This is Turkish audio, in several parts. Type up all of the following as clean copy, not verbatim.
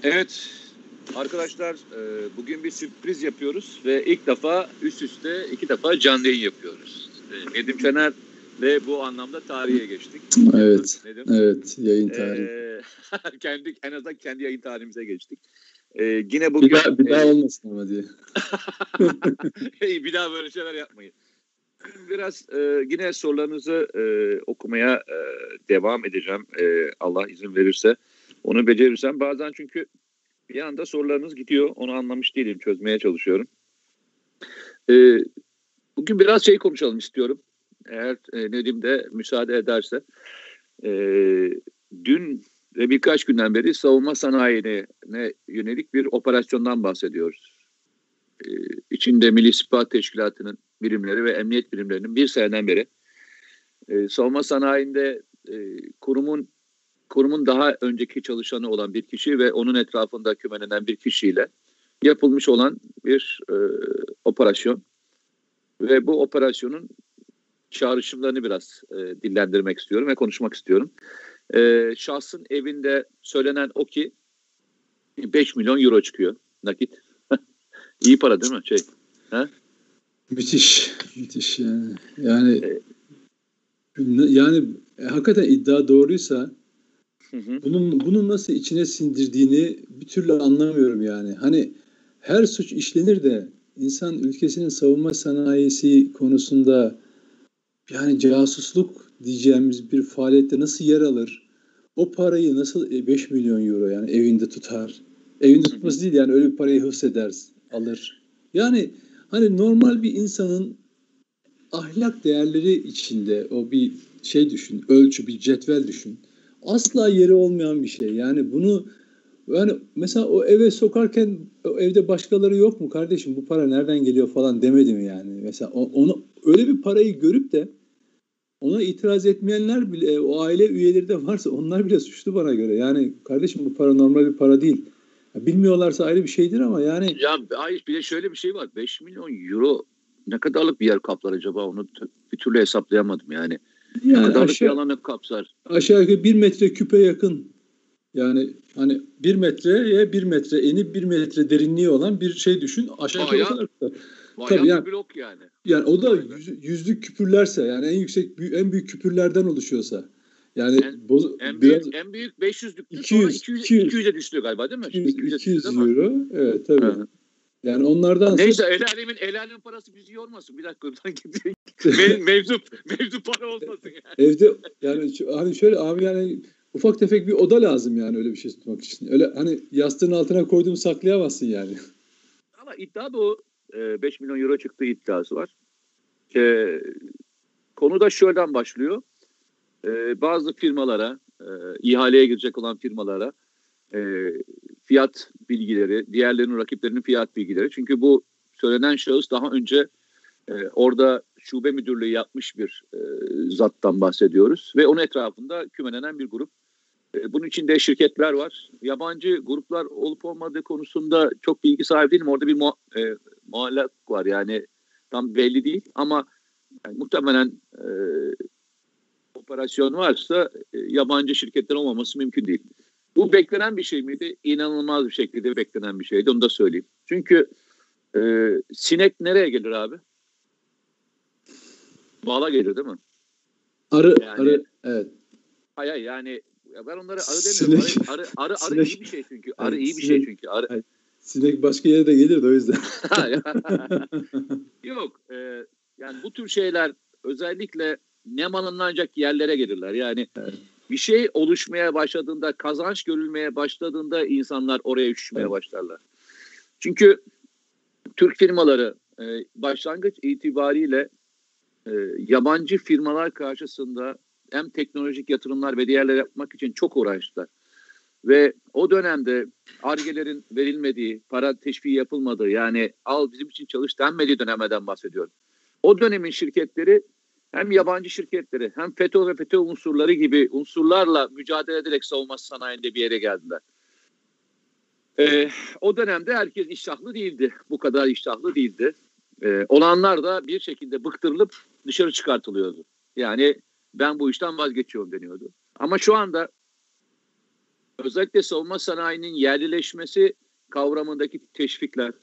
Evet arkadaşlar, bugün bir sürpriz yapıyoruz ve ilk defa üst üste 2 defa canlı yayın yapıyoruz. Nedim Şener ve bu anlamda tarihe geçtik. Evet, Nedim? Evet, yayın tarihi. En azından kendi yayın tarihimize geçtik. Yine bugün... Bir daha olmasın ama diye. Bir daha böyle şeyler yapmayın. Biraz yine sorularınızı okumaya devam edeceğim. Allah izin verirse. Onu becerirsem. Bazen çünkü bir anda sorularınız gidiyor. Onu anlamış değilim. Çözmeye çalışıyorum. Bugün biraz konuşalım istiyorum. Eğer Nedim de müsaade ederse. Dün ve birkaç günden beri savunma sanayine yönelik bir operasyondan bahsediyoruz. İçinde Milli İstihbarat Teşkilatı'nın birimleri ve emniyet birimlerinin bir seneden beri savunma sanayinde kurumun daha önceki çalışanı olan bir kişi ve onun etrafında kümelenen bir kişiyle yapılmış olan bir operasyon ve bu operasyonun çağrışımlarını biraz dillendirmek istiyorum ve konuşmak istiyorum. Şahsın evinde söylenen o ki 5 milyon euro çıkıyor nakit. İyi para değil mi? Müthiş yani hakikaten iddia doğruysa bunun nasıl içine sindirdiğini bir türlü anlamıyorum yani. Hani her suç işlenir de insan ülkesinin savunma sanayisi konusunda yani casusluk diyeceğimiz bir faaliyette nasıl yer alır? O parayı nasıl 5 milyon euro yani evinde tutar? Evinde tutması değil yani öyle bir parayı hıfzeder, alır. Yani hani normal bir insanın ahlak değerleri içinde o bir şey düşün, ölçü, bir cetvel düşün. Asla yeri olmayan bir şey. Yani bunu yani mesela o eve sokarken o evde başkaları yok mu kardeşim bu para nereden geliyor falan demedi mi yani? Mesela onu öyle bir parayı görüp de ona itiraz etmeyenler bile o aile üyeleri de varsa onlar bile suçlu bana göre. Yani kardeşim bu para normal bir para değil. Ya bilmiyorlarsa ayrı bir şeydir ama yani. Ya hayır, bir de şöyle bir şey var. 5 milyon euro ne kadarlık bir yer kaplar acaba? Onu bir türlü hesaplayamadım yani. Ne kadarlık bir alanı kapsar? Aşağı yukarı 1 metre küpe yakın. Yani hani 1 metreye 1 metre eni 1 metre derinliği olan bir şey düşün. Aşağı yukarı o kadar. Tabii yani, bir blok yani. Yani o da yüzlük küpürlerse yani en büyük küpürlerden oluşuyorsa. Yani en büyük 500'lüktü, sonra 200'e düştü galiba değil mi? 200 euro. Evet tabii. Hı-hı. Yani onlardan neyse el alemin parası bizi yormasın. Bir dakika buradan gidiyor. mevzu para olmasın yani. Evde yani hani şöyle abi yani ufak tefek bir oda lazım yani öyle bir şey tutmak için. Öyle hani yastığın altına koyduğunu saklayamazsın yani. Ama iddia da o 5 milyon euro çıktığı iddiası var. Konu da şuradan başlıyor. Bazı firmalara, ihaleye girecek olan firmalara fiyat bilgileri, diğerlerinin rakiplerinin fiyat bilgileri. Çünkü bu söylenen şahıs daha önce orada şube müdürlüğü yapmış bir zattan bahsediyoruz. Ve onun etrafında kümelenen bir grup. Bunun içinde şirketler var. Yabancı gruplar olup olmadığı konusunda çok bilgi sahibi değilim. Orada bir muallak var yani tam belli değil. Ama yani muhtemelen operasyon varsa yabancı şirketler olmaması mümkün değil. Bu beklenen bir şey miydi? İnanılmaz bir şekilde beklenen bir şeydi. Onu da söyleyeyim. Çünkü sinek nereye gelir abi? Bala gelir değil mi? Arı evet. Hayır yani ben onlara arı demiyorum. Arı iyi bir şey çünkü. Arı iyi bir şey çünkü. Sinek başka yere de gelir de o yüzden. Yok. Yani bu tür şeyler özellikle nem alınacak yerlere gelirler. Yani bir şey oluşmaya başladığında, kazanç görülmeye başladığında insanlar oraya üşümeye başlarlar. Çünkü Türk firmaları başlangıç itibariyle yabancı firmalar karşısında hem teknolojik yatırımlar ve diğerleri yapmak için çok uğraştılar. Ve o dönemde Ar-Ge'lerin verilmediği, para teşviği yapılmadığı yani al bizim için çalış denmediği dönemden bahsediyorum. O dönemin şirketleri hem yabancı şirketleri hem FETÖ ve FETÖ unsurları gibi unsurlarla mücadele ederek savunma sanayinde bir yere geldiler. O dönemde herkes iştahlı değildi. Bu kadar iştahlı değildi. Olanlar da bir şekilde bıktırılıp dışarı çıkartılıyordu. Yani ben bu işten vazgeçiyorum deniyordu. Ama şu anda özellikle savunma sanayinin yerlileşmesi kavramındaki teşvikler,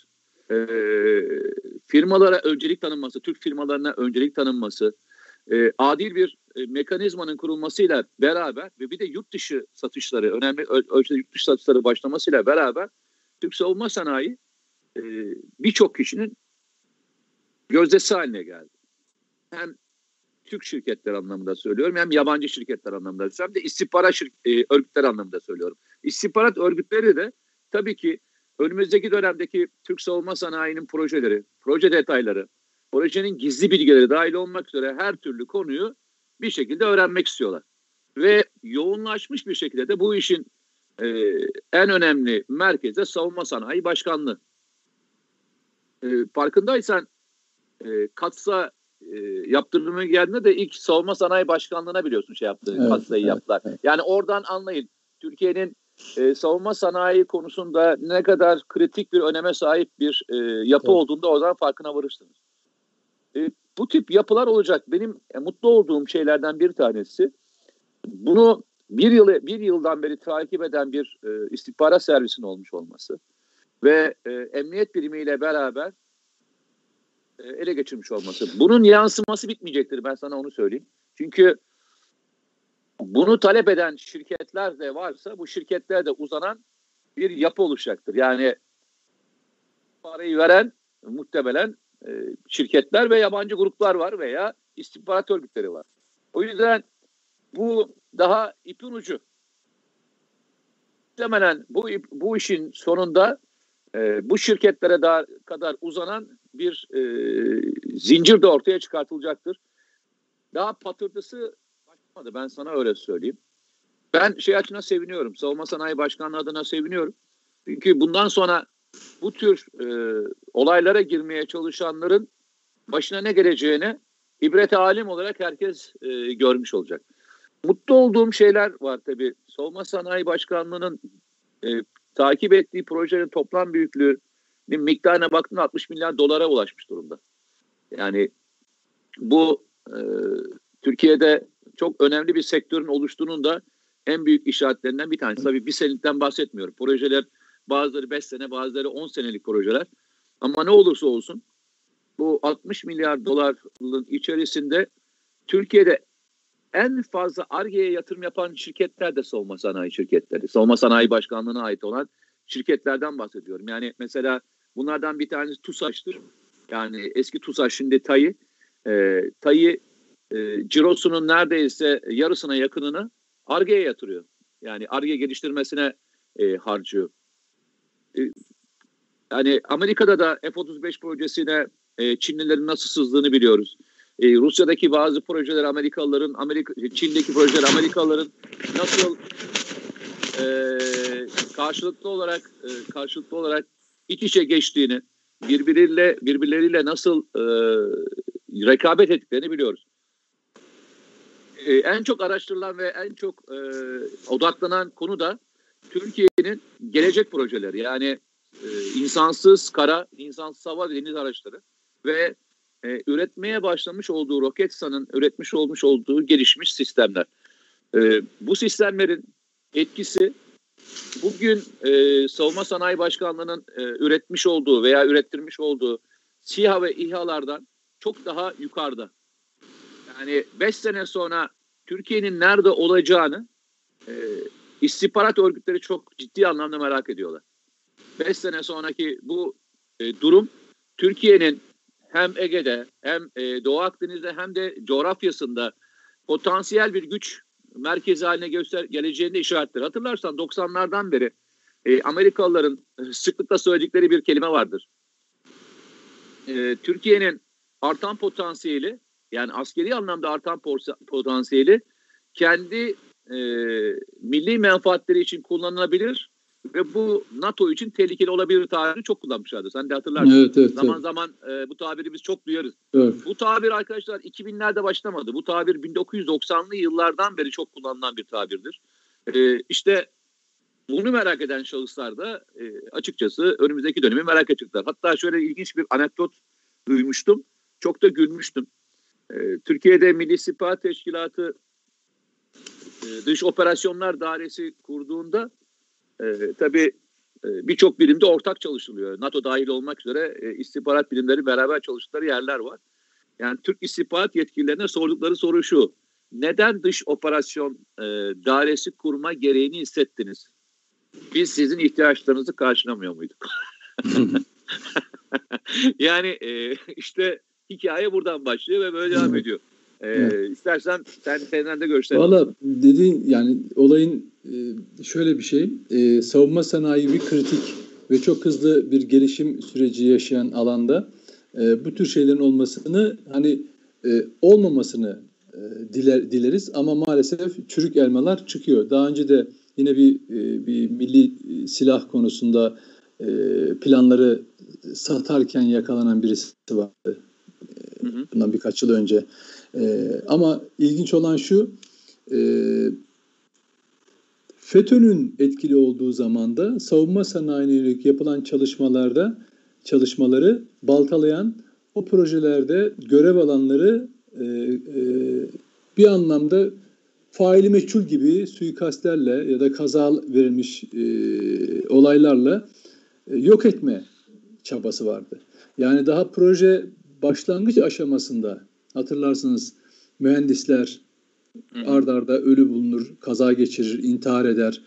firmalara öncelik tanınması, Türk firmalarına öncelik tanınması, adil bir mekanizmanın kurulmasıyla beraber ve bir de yurt dışı satışları, önemli ölçüde yurt dışı satışları başlamasıyla beraber Türk savunma sanayi birçok kişinin gözdesi haline geldi. Hem Türk şirketler anlamında söylüyorum, hem yabancı şirketler anlamında söylüyorum, hem de istihbarat örgütleri anlamında söylüyorum. İstihbarat örgütleri de tabii ki önümüzdeki dönemdeki Türk savunma sanayinin projeleri, proje detayları, projenin gizli bilgileri dahil olmak üzere her türlü konuyu bir şekilde öğrenmek istiyorlar. Ve yoğunlaşmış bir şekilde de bu işin en önemli merkezi Savunma Sanayi Başkanlığı. Farkındaysan Katsa yaptırımı geldiğinde de ilk Savunma Sanayi Başkanlığı'na biliyorsun Katsa'yı yaptılar. Evet. Yani oradan anlayın Türkiye'nin savunma sanayi konusunda ne kadar kritik bir öneme sahip bir yapı olduğunda oradan farkına varırsınız. Bu tip yapılar olacak. Benim mutlu olduğum şeylerden bir tanesi, bunu bir yıldan beri takip eden bir istihbarat servisinin olmuş olması ve emniyet birimiyle beraber ele geçirmiş olması. Bunun yansıması bitmeyecektir, ben sana onu söyleyeyim. Çünkü bunu talep eden şirketler de varsa bu şirketlere de uzanan bir yapı oluşacaktır. Yani parayı veren muhtemelen şirketler ve yabancı gruplar var veya istihbarat örgütleri var. O yüzden bu daha ipin ucu. Muhtemelen bu işin sonunda bu şirketlere daha kadar uzanan bir zincir de ortaya çıkartılacaktır. Daha patırtısı başlamadı, ben sana öyle söyleyeyim. Ben açısından seviniyorum. Savunma Sanayi Başkanlığı adına seviniyorum. Çünkü bundan sonra bu tür olaylara girmeye çalışanların başına ne geleceğini ibret alim olarak herkes görmüş olacak. Mutlu olduğum şeyler var tabii. Savunma Sanayi Başkanlığı'nın takip ettiği projelerin toplam büyüklüğünün miktarına baktığında 60 milyar dolara ulaşmış durumda. Yani bu Türkiye'de çok önemli bir sektörün oluştuğunun da en büyük işaretlerinden bir tanesi. Tabii bir senelikten bahsetmiyorum. Projeler bazıları 5 sene, bazıları 10 senelik projeler. Ama ne olursa olsun bu 60 milyar doların içerisinde Türkiye'de en fazla Ar-Ge'ye yatırım yapan şirketler de savunma sanayi şirketleri. Savunma Sanayi Başkanlığı'na ait olan şirketlerden bahsediyorum. Yani mesela bunlardan bir tanesi TUSAŞ'tır. Yani eski TUSAŞ, şimdi TAİ. TAİ cirosunun neredeyse yarısına yakınını Ar-Ge'ye yatırıyor. Yani Ar-Ge geliştirmesine harcıyor. Yani Amerika'da da F-35 projesine Çinlilerin nasıl sızdığını biliyoruz. Rusya'daki bazı projeler Çin'deki projeler Amerikalıların nasıl karşılıklı olarak iç içe geçtiğini, birbirleriyle nasıl rekabet ettiklerini biliyoruz. En çok araştırılan ve en çok odaklanan konu da Türkiye'nin gelecek projeleri. Yani insansız kara, insansız hava ve deniz araçları ve üretmeye başlamış olduğu Roketsan'ın üretmiş olmuş olduğu gelişmiş sistemler. Bu sistemlerin etkisi bugün Savunma Sanayi Başkanlığı'nın üretmiş olduğu veya ürettirmiş olduğu SİHA ve İHA'lardan çok daha yukarıda. Yani 5 sene sonra Türkiye'nin nerede olacağını istihbarat örgütleri çok ciddi anlamda merak ediyorlar. 5 sene sonraki bu durum Türkiye'nin hem Ege'de hem Doğu Akdeniz'de hem de coğrafyasında potansiyel bir güç merkezi haline geleceğinde işaretler. Hatırlarsan 90'lardan beri Amerikalıların sıklıkla söyledikleri bir kelime vardır. Türkiye'nin artan potansiyeli, yani askeri anlamda artan potansiyeli kendi milli menfaatleri için kullanılabilir ve bu NATO için tehlikeli olabilir tabirini çok kullanmışlardı. Sen de hatırlarsın. Evet, zaman zaman bu tabiri biz çok duyarız. Evet. Bu tabir arkadaşlar 2000'lerde başlamadı. Bu tabir 1990'lı yıllardan beri çok kullanılan bir tabirdir. İşte bunu merak eden şahıslar da açıkçası önümüzdeki dönemi merak edecekler. Hatta şöyle ilginç bir anekdot duymuştum. Çok da gülmüştüm. Türkiye'de Milli İstihbarat Teşkilatı Dış Operasyonlar Dairesi kurduğunda tabii birçok birimde ortak çalışılıyor. NATO dahil olmak üzere istihbarat birimleri beraber çalıştıkları yerler var. Yani Türk istihbarat yetkililerine sordukları soru şu: neden dış operasyon dairesi kurma gereğini hissettiniz? Biz sizin ihtiyaçlarınızı karşılamıyor muyduk? Yani işte hikaye buradan başlıyor ve böyle devam ediyor. Evet. İstersen senden de görüşlerini. Valla dediğin yani olayın şöyle bir şey. Savunma sanayi bir kritik ve çok hızlı bir gelişim süreci yaşayan alanda bu tür şeylerin olmasını olmamasını dileriz ama maalesef çürük elmalar çıkıyor. Daha önce de yine bir milli silah konusunda planları satarken yakalanan birisi vardı. Bundan birkaç yıl önce. Ama ilginç olan şu, FETÖ'nün etkili olduğu zamanda savunma sanayine yönelik yapılan çalışmaları baltalayan, o projelerde görev alanları bir anlamda faili meçhul gibi suikastlerle ya da kaza verilmiş olaylarla yok etme çabası vardı. Yani daha proje başlangıç aşamasında hatırlarsınız mühendisler ard arda ölü bulunur, kaza geçirir, intihar eder.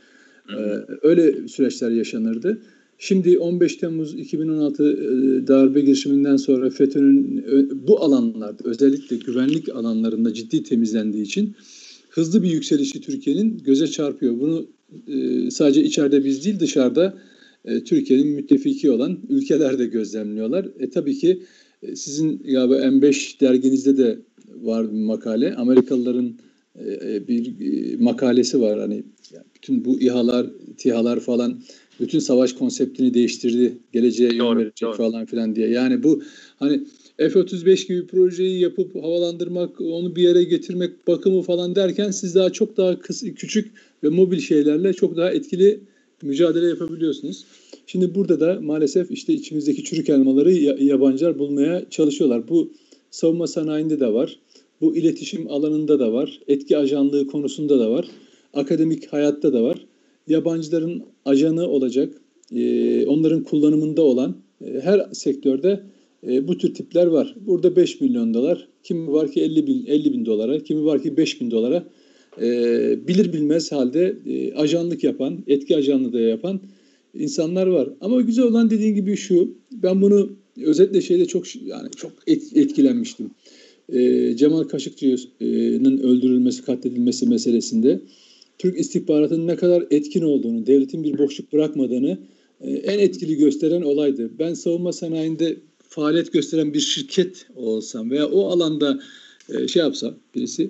Öyle süreçler yaşanırdı. Şimdi 15 Temmuz 2016 darbe girişiminden sonra FETÖ'nün bu alanlarda özellikle güvenlik alanlarında ciddi temizlendiği için hızlı bir yükselişi Türkiye'nin göze çarpıyor. Bunu sadece içeride biz değil dışarıda Türkiye'nin müttefiki olan ülkeler de gözlemliyorlar. Tabii ki sizin galiba M5 derginizde de var bir makale. Amerikalıların bir makalesi var. Hani bütün bu İHA'lar, TİHA'lar falan bütün savaş konseptini değiştirdi. Geleceğe yön verecek falan filan diye. Yani bu hani F-35 gibi projeyi yapıp havalandırmak, onu bir yere getirmek, bakımı falan derken siz çok daha küçük ve mobil şeylerle çok daha etkili mücadele yapabiliyorsunuz. Şimdi burada da maalesef işte içimizdeki çürük elmaları yabancılar bulmaya çalışıyorlar. Bu savunma sanayinde de var. Bu iletişim alanında da var. Etki ajanlığı konusunda da var. Akademik hayatta da var. Yabancıların ajanı olacak, onların kullanımında olan her sektörde bu tür tipler var. Burada 5 milyon dolar, kimi var ki 50 bin dolara, kimi var ki 5 bin dolara bilir bilmez halde ajanlık yapan, etki ajanlığı da yapan insanlar var. Ama güzel olan dediğin gibi şu, ben bunu özetle çok etkilenmiştim. Cemal Kaşıkçı'nın öldürülmesi, katledilmesi meselesinde Türk istihbaratının ne kadar etkin olduğunu, devletin bir boşluk bırakmadığını en etkili gösteren olaydı. Ben savunma sanayinde faaliyet gösteren bir şirket olsam veya o alanda yapsam birisi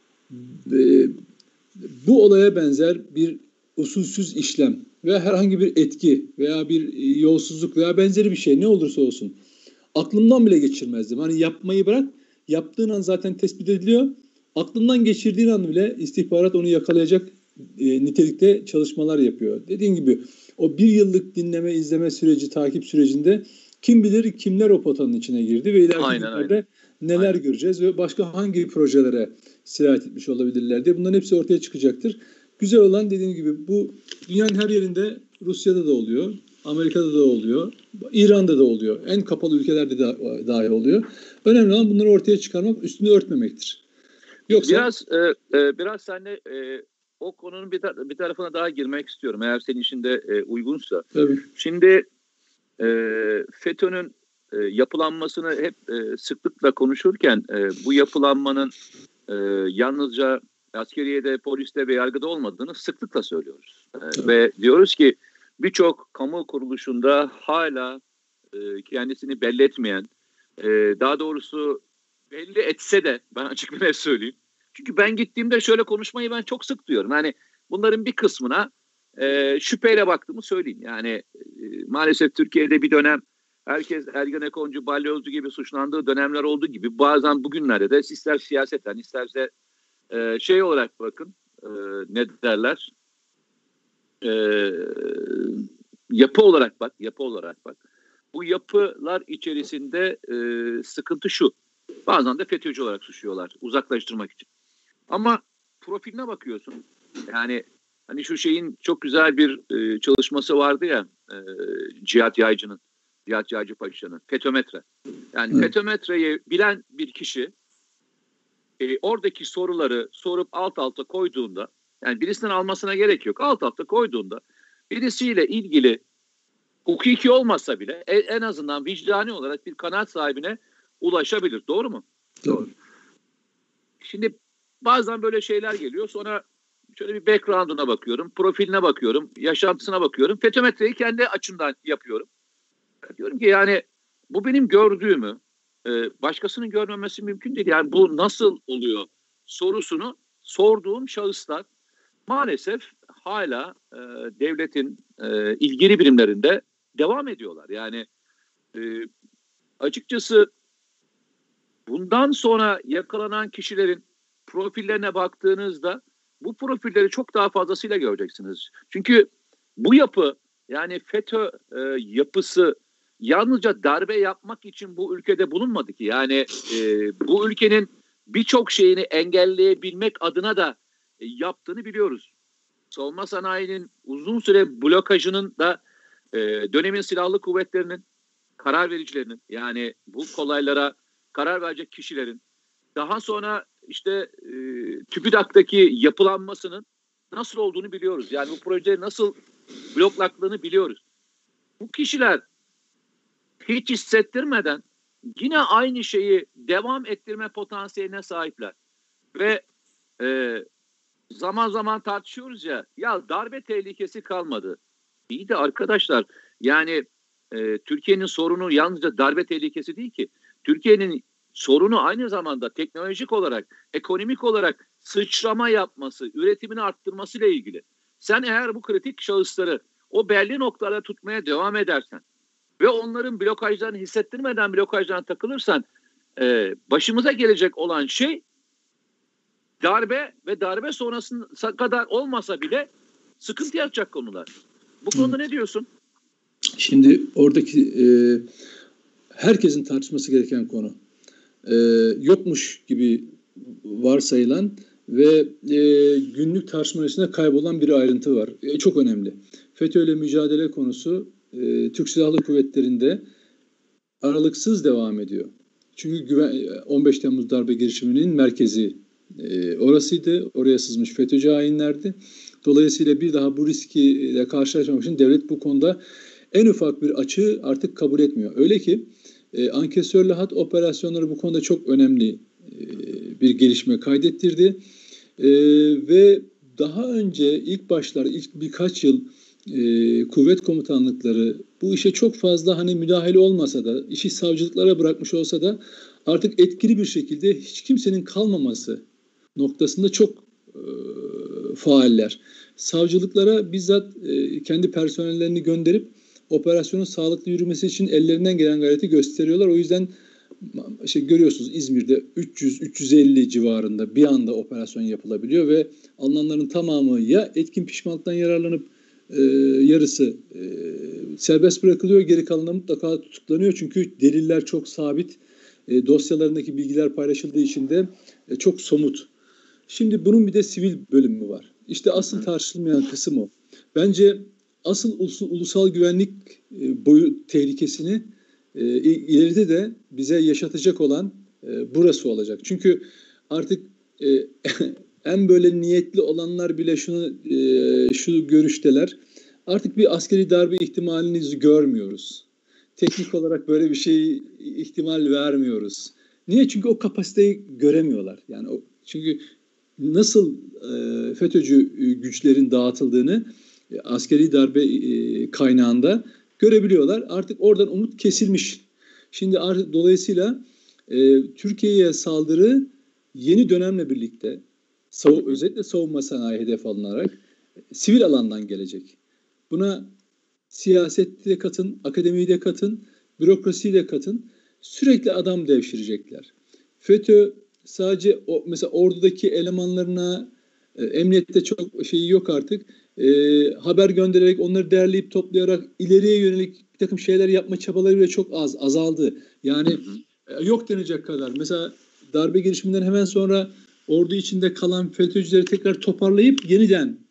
bu olaya benzer bir usulsüz işlem veya herhangi bir etki veya bir yolsuzluk veya benzeri bir şey ne olursa olsun aklımdan bile geçirmezdim. Hani yapmayı bırak, yaptığın an zaten tespit ediliyor. Aklından geçirdiğin an bile istihbarat onu yakalayacak nitelikte çalışmalar yapıyor. Dediğim gibi o bir yıllık dinleme, izleme süreci, takip sürecinde kim bilir kimler o potanın içine girdi ve ileriki günlerde neler göreceğiz ve başka hangi projelere sirayet etmiş olabilirler diye bunların hepsi ortaya çıkacaktır. Güzel olan dediğim gibi bu dünyanın her yerinde, Rusya'da da oluyor, Amerika'da da oluyor, İran'da da oluyor. En kapalı ülkelerde de dahi oluyor. Önemli olan bunları ortaya çıkarmak, üstünü örtmemektir. Yoksa biraz seninle o konunun bir tarafına daha girmek istiyorum. Eğer senin için de uygunsa. Tabii. Şimdi FETÖ'nün yapılanmasını hep sıklıkla konuşurken bu yapılanmanın yalnızca askeriyede, poliste ve yargıda olmadığını sıklıkla söylüyoruz. Ve diyoruz ki birçok kamu kuruluşunda hala kendisini belli etmeyen, daha doğrusu belli etse de ben açık bir net söyleyeyim. Çünkü ben gittiğimde şöyle konuşmayı ben çok sık duyuyorum. Yani bunların bir kısmına şüpheyle baktığımı söyleyeyim. Yani maalesef Türkiye'de bir dönem herkes Ergenekoncu, Balyozcu gibi suçlandığı dönemler olduğu gibi bazen bugünlerde de ister siyaseten isterse olarak bakın ne derler yapı olarak bak. Bu yapılar içerisinde sıkıntı şu. Bazen de FETÖ'cü olarak suçluyorlar uzaklaştırmak için. Ama profiline bakıyorsun. Yani Hani şu şeyin çok güzel bir çalışması vardı ya, Cihat Yaycı'nın, Cihat Yaycı Paşa'nın, Fetometre. Yani Evet. Fetometre'yi bilen bir kişi oradaki soruları sorup alt alta koyduğunda, yani birisinden almasına gerek yok, alt alta koyduğunda birisiyle ilgili hukuki olmasa bile en azından vicdani olarak bir kanaat sahibine ulaşabilir. Doğru mu? Doğru. Şimdi bazen böyle şeyler geliyor. Sonra şöyle bir background'una bakıyorum, profiline bakıyorum, yaşantısına bakıyorum. Fetometreyi kendi açımdan yapıyorum. Diyorum ki yani bu benim gördüğümü başkasının görmemesi mümkün değil. Yani bu nasıl oluyor sorusunu sorduğum şahıslar maalesef hala devletin ilgili birimlerinde devam ediyorlar. Yani e, açıkçası bundan sonra yakalanan kişilerin profillerine baktığınızda bu profilleri çok daha fazlasıyla göreceksiniz. Çünkü bu yapı, yani FETÖ yapısı yalnızca darbe yapmak için bu ülkede bulunmadı ki. Yani bu ülkenin birçok şeyini engelleyebilmek adına da yaptığını biliyoruz. Savunma sanayinin uzun süre blokajının da dönemin silahlı kuvvetlerinin, karar vericilerinin, yani bu kolaylara karar verecek kişilerin, daha sonra işte TÜBİTAK'taki yapılanmasının nasıl olduğunu biliyoruz. Yani bu projeleri nasıl blokladığını biliyoruz. Bu kişiler hiç hissettirmeden yine aynı şeyi devam ettirme potansiyeline sahipler. Ve zaman zaman tartışıyoruz ya darbe tehlikesi kalmadı. İyi de arkadaşlar, yani Türkiye'nin sorunu yalnızca darbe tehlikesi değil ki. Türkiye'nin sorunu aynı zamanda teknolojik olarak, ekonomik olarak sıçrama yapması, üretimini arttırmasıyla ilgili. Sen eğer bu kritik şahısları o belli noktalara tutmaya devam edersen ve onların blokajlarını hissettirmeden blokajlarına takılırsan başımıza gelecek olan şey darbe ve darbe sonrasına kadar olmasa bile sıkıntı yaratacak konular. Bu konuda ne diyorsun? Şimdi oradaki herkesin tartışması gereken konu. Yokmuş gibi varsayılan ve günlük tartışma içinde kaybolan bir ayrıntı var. Çok önemli. FETÖ'yle mücadele konusu Türk Silahlı Kuvvetleri'nde aralıksız devam ediyor. Çünkü 15 Temmuz darbe girişiminin merkezi orasıydı. Oraya sızmış FETÖ'cü hainlerdi. Dolayısıyla bir daha bu riskiyle karşılaşmamak için devlet bu konuda en ufak bir açığı artık kabul etmiyor. Öyle ki ankesörlü hat operasyonları bu konuda çok önemli bir gelişme kaydettirdi. Ve daha önce ilk birkaç yıl kuvvet komutanlıkları bu işe çok fazla hani müdahale olmasa da, işi savcılıklara bırakmış olsa da artık etkili bir şekilde hiç kimsenin kalmaması noktasında çok faaller. Savcılıklara bizzat kendi personellerini gönderip operasyonun sağlıklı yürümesi için ellerinden gelen gayreti gösteriyorlar. O yüzden görüyorsunuz İzmir'de 300-350 civarında bir anda operasyon yapılabiliyor ve alınanların tamamı ya etkin pişmanlıktan yararlanıp yarısı serbest bırakılıyor, geri kalanı mutlaka tutuklanıyor. Çünkü deliller çok sabit, dosyalarındaki bilgiler paylaşıldığı için de çok somut. Şimdi bunun bir de sivil bölümü var. İşte asıl tartışılmayan kısım o. Bence asıl ulusal güvenlik tehlikesini ileride de bize yaşatacak olan burası olacak. Çünkü artık en böyle niyetli olanlar bile şu görüşteler. Artık bir askeri darbe ihtimalini görmüyoruz. Teknik olarak böyle bir şey ihtimal vermiyoruz. Niye? Çünkü o kapasiteyi göremiyorlar. Yani çünkü nasıl FETÖ'cü güçlerin dağıtıldığını askeri darbe kaynağında görebiliyorlar. Artık oradan umut kesilmiş. Şimdi dolayısıyla Türkiye'ye saldırı yeni dönemle birlikte özellikle savunma sanayi hedef alınarak sivil alandan gelecek. Buna siyaseti de katın, akademiyi de katın, bürokrasiyi de katın. Sürekli adam devşirecekler. FETÖ sadece mesela ordudaki elemanlarına emniyette çok şeyi yok artık. Haber göndererek onları derleyip toplayarak ileriye yönelik bir takım şeyler yapma çabaları bile çok azaldı. Yani yok denecek kadar. Mesela darbe girişiminden hemen sonra ordu içinde kalan FETÖ'cüleri tekrar toparlayıp yeniden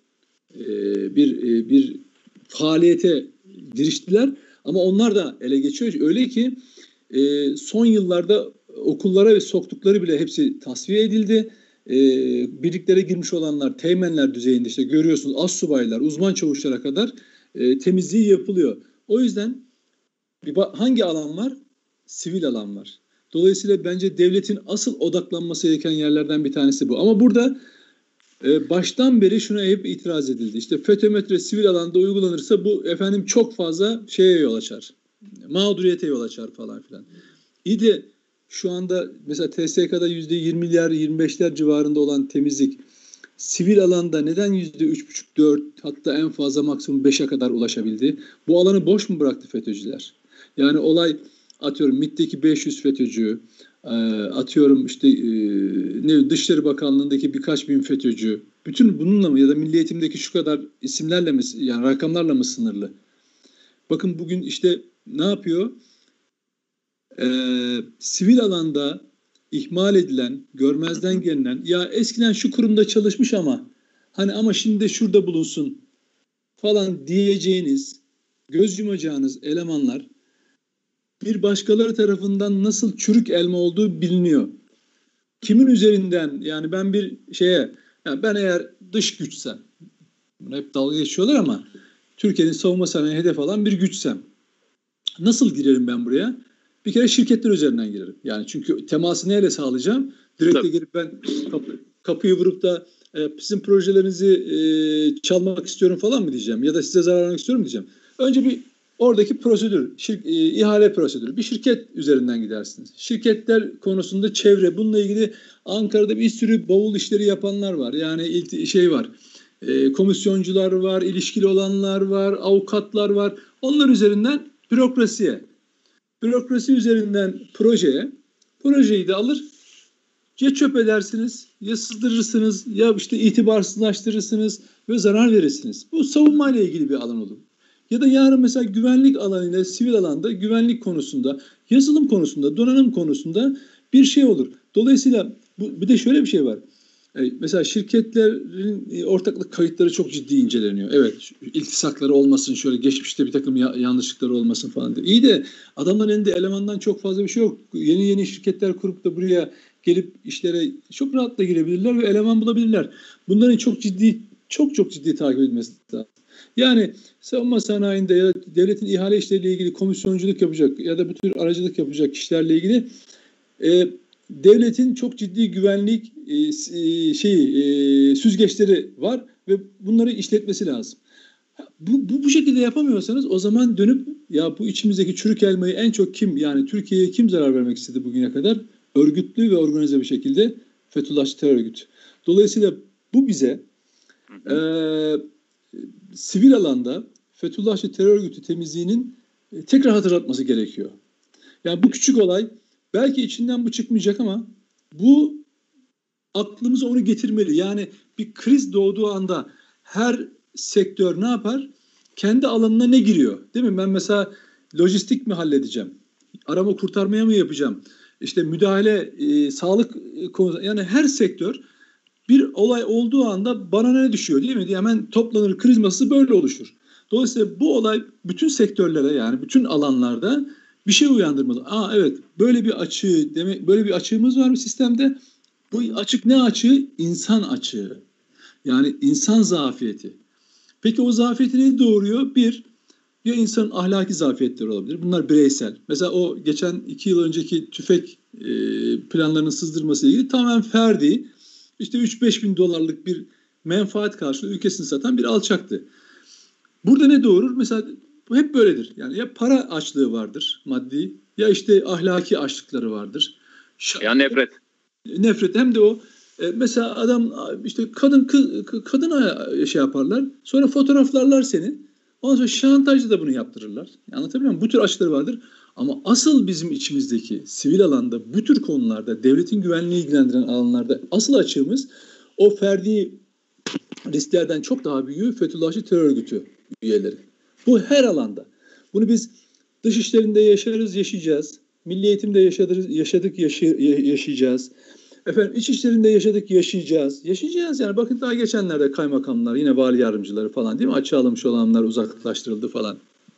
bir faaliyete giriştiler. Ama onlar da ele geçiyor. Öyle ki son yıllarda okullara ve soktukları bile hepsi tasfiye edildi. Birliklere girmiş olanlar, teğmenler düzeyinde işte görüyorsunuz, astsubaylar, uzman çavuşlara kadar temizliği yapılıyor. O yüzden hangi alan var? Sivil alan var. Dolayısıyla bence devletin asıl odaklanması gereken yerlerden bir tanesi bu. Ama burada baştan beri şuna hep itiraz edildi. İşte FETÖ-METRE sivil alanda uygulanırsa bu efendim çok fazla şeye yol açar. Mağduriyete yol açar falan filan. İyi de şu anda mesela TSK'da %20'ler 25'ler civarında olan temizlik sivil alanda neden %3,5-4 hatta en fazla maksimum 5'e kadar ulaşabildi? Bu alanı boş mu bıraktı FETÖ'cüler? Yani olay atıyorum MİT'teki 500 FETÖ'cü, atıyorum işte Dışişleri Bakanlığı'ndaki birkaç bin FETÖ'cü, bütün bununla mı ya da Milli Eğitim'deki şu kadar isimlerle mi, yani rakamlarla mı sınırlı? Bakın bugün işte ne yapıyor? Sivil alanda ihmal edilen, görmezden gelinen, ya eskiden şu kurumda çalışmış ama şimdi de şurada bulunsun falan diyeceğiniz, göz yumacağınız elemanlar bir başkaları tarafından nasıl çürük elma olduğu biliniyor. Kimin üzerinden, yani ben bir yani ben eğer dış güçsem, bunu hep dalga geçiyorlar ama Türkiye'nin savunma sanayine hedef alan bir güçsem nasıl girerim ben buraya? Bir kere şirketler üzerinden girerim. Yani çünkü teması neyle sağlayacağım? Direkt de gelip ben kapıyı vurup da sizin projelerinizi çalmak istiyorum falan mı diyeceğim? Ya da size zarar vermek istiyorum diyeceğim. Önce bir oradaki prosedür, ihale prosedürü. Bir şirket üzerinden gidersiniz. Şirketler konusunda çevre, bununla ilgili Ankara'da bir sürü bavul işleri yapanlar var. Yani var, komisyoncular var, ilişkili olanlar var, avukatlar var. Onlar üzerinden bürokrasi üzerinden projeyi de alır, ya çöp edersiniz, ya sızdırırsınız, ya işte itibarsızlaştırırsınız ve zarar verirsiniz. Bu savunmayla ilgili bir alan olur. Ya da yarın mesela güvenlik alanıyla sivil alanda güvenlik konusunda, yazılım konusunda, donanım konusunda bir şey olur. Dolayısıyla bir de şöyle bir şey var. Mesela şirketlerin ortaklık kayıtları çok ciddi inceleniyor. Evet, iltisakları olmasın, şöyle geçmişte bir takım yanlışlıkları olmasın falan diye. İyi de adamların elinde elemandan çok fazla bir şey yok. Yeni şirketler kurup da buraya gelip işlere çok rahatla girebilirler ve eleman bulabilirler. Bunların çok ciddi takip edilmesi lazım. Yani savunma sanayinde ya da devletin ihale işleriyle ilgili komisyonculuk yapacak ya da bu tür aracılık yapacak kişilerle ilgili devletin çok ciddi güvenlik süzgeçleri var ve bunları işletmesi lazım. Bu şekilde yapamıyorsanız o zaman dönüp ya bu içimizdeki çürük elmayı en çok kim, yani Türkiye'ye kim zarar vermek istedi bugüne kadar? Örgütlü ve organize bir şekilde Fethullahçı terör örgütü. Dolayısıyla bu bize sivil alanda Fethullahçı terör örgütü temizliğinin tekrar hatırlatması gerekiyor. Yani bu küçük olay, belki içinden bu çıkmayacak ama bu aklımıza onu getirmeli. Yani bir kriz doğduğu anda her sektör ne yapar? Kendi alanına ne giriyor? Değil mi? Ben mesela lojistik mi halledeceğim? Arama kurtarmaya mı yapacağım? İşte müdahale, sağlık konusu. Yani her sektör bir olay olduğu anda bana ne düşüyor değil mi? Hemen toplanır, kriz masası böyle oluşur. Dolayısıyla bu olay bütün sektörlere, yani bütün alanlarda bir şey uyandırmalı. Evet, böyle bir açığımız var mı sistemde? Bu açık ne açığı? İnsan açığı. Yani insan zafiyeti. Peki o zafiyeti ne doğuruyor? Ya insanın ahlaki zafiyetleri olabilir. Bunlar bireysel. Mesela o geçen 2 yıl önceki tüfek planlarının sızdırması ile ilgili tamamen ferdi, işte 3-5 bin dolarlık bir menfaat karşılığı ülkesini satan bir alçaktı. Burada ne doğurur? Mesela bu hep böyledir. Yani ya para açlığı vardır maddi, ya işte ahlaki açlıkları vardır. Ya nefret. Nefret, hem de o mesela adam işte kadına şey yaparlar. Sonra fotoğraflarlar seni. Ondan sonra şantajla da bunu yaptırırlar. Anlatabiliyor muyum? Bu tür açıkları vardır. Ama asıl bizim içimizdeki sivil alanda, bu tür konularda, devletin güvenliğini ilgilendiren alanlarda asıl açığımız o ferdi risklerden çok daha büyüğü Fethullahçı terör örgütü üyeleri. Bu her alanda. Bunu biz dış işlerinde yaşayacağız. Milli eğitimde yaşadık, yaşayacağız. Efendim iç işlerinde yaşadık, yaşayacağız. Yaşayacağız yani. Bakın daha geçenlerde kaymakamlar, yine vali yardımcıları falan değil mi? Açığa alınmış olanlar uzaklaştırıldı falan.